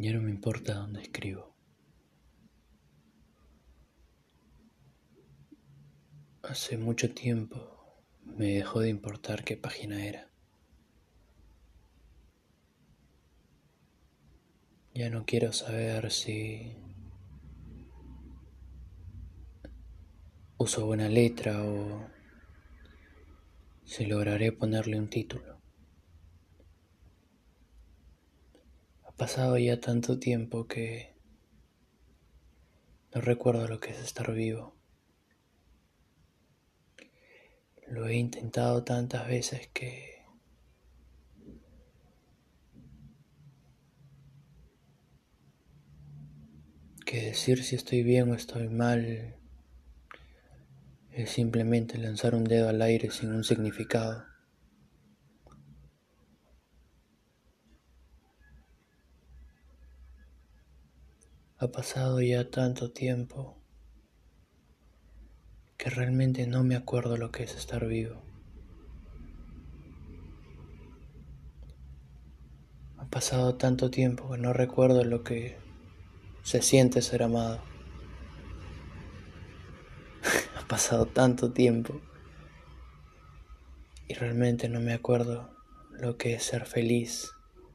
Ya no me importa dónde escribo. Hace mucho tiempo me dejó de importar qué página era. Ya no quiero saber si uso buena letra o si lograré ponerle un título. Ha pasado ya tanto tiempo que no recuerdo lo que es estar vivo. Lo he intentado tantas veces que decir si estoy bien o estoy mal es simplemente lanzar un dedo al aire sin un significado. Ha pasado ya tanto tiempo que realmente no me acuerdo lo que es estar vivo. Ha pasado tanto tiempo que no recuerdo lo que se siente ser amado. Ha pasado tanto tiempo y realmente no me acuerdo lo que es ser feliz,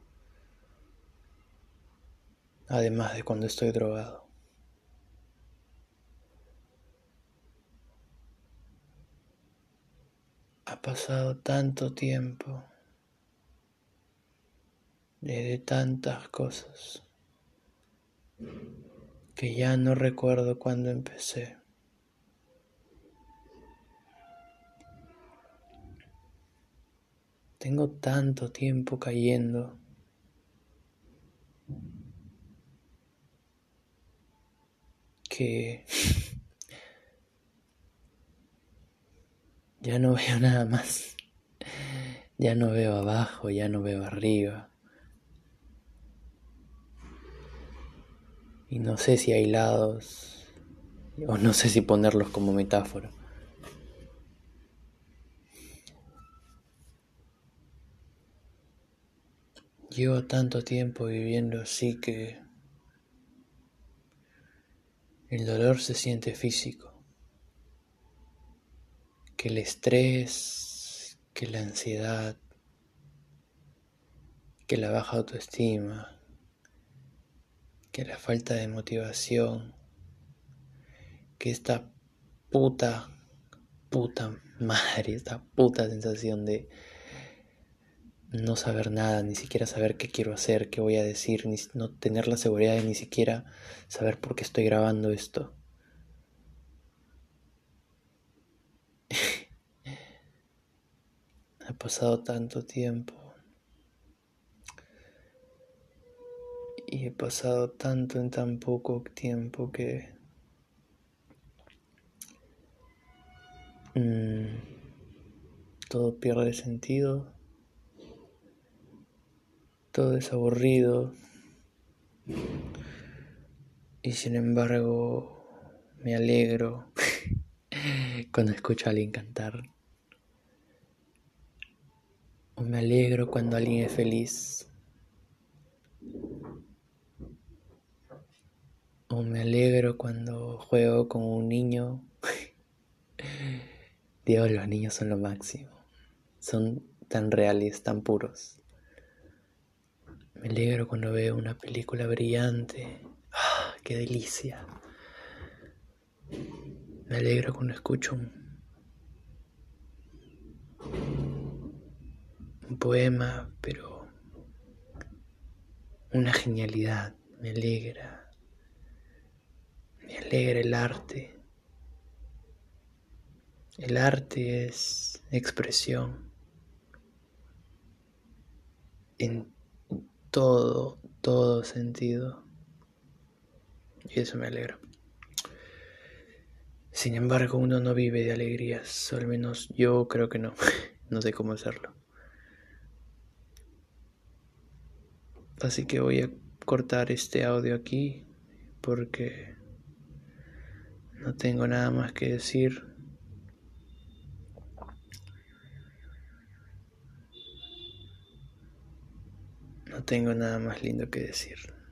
además de cuando estoy drogado. Ha pasado tanto tiempo de tantas cosas que ya no recuerdo cuándo empecé. Tengo tanto tiempo cayendo que ya no veo nada más. Ya no veo abajo, ya no veo arriba. Y no sé si hay lados, o no sé si ponerlos como metáfora. Llevo tanto tiempo viviendo así que el dolor se siente físico, que el estrés, que la ansiedad, que la baja autoestima, que la falta de motivación, que esta puta madre, esta puta sensación de no saber nada, ni siquiera saber qué quiero hacer, qué voy a decir, ni no tener la seguridad de ni siquiera saber por qué estoy grabando esto. Ha pasado tanto tiempo y he pasado tanto en tan poco tiempo que todo pierde sentido, todo es aburrido y sin embargo me alegro cuando escucho a alguien cantar, o me alegro cuando alguien es feliz, o me alegro cuando juego con un niño. Dios, los niños son lo máximo, son tan reales, tan puros. Me alegro cuando veo una película brillante. ¡Ah, qué delicia! Me alegro cuando escucho un poema, pero una genialidad. Me alegra el arte. El arte es expresión en todo sentido. Y eso me alegra. Sin embargo, uno no vive de alegrías, o al menos yo creo que no. No sé cómo hacerlo. Así que voy a cortar este audio aquí porque no tengo nada más que decir. No tengo nada más lindo que decir.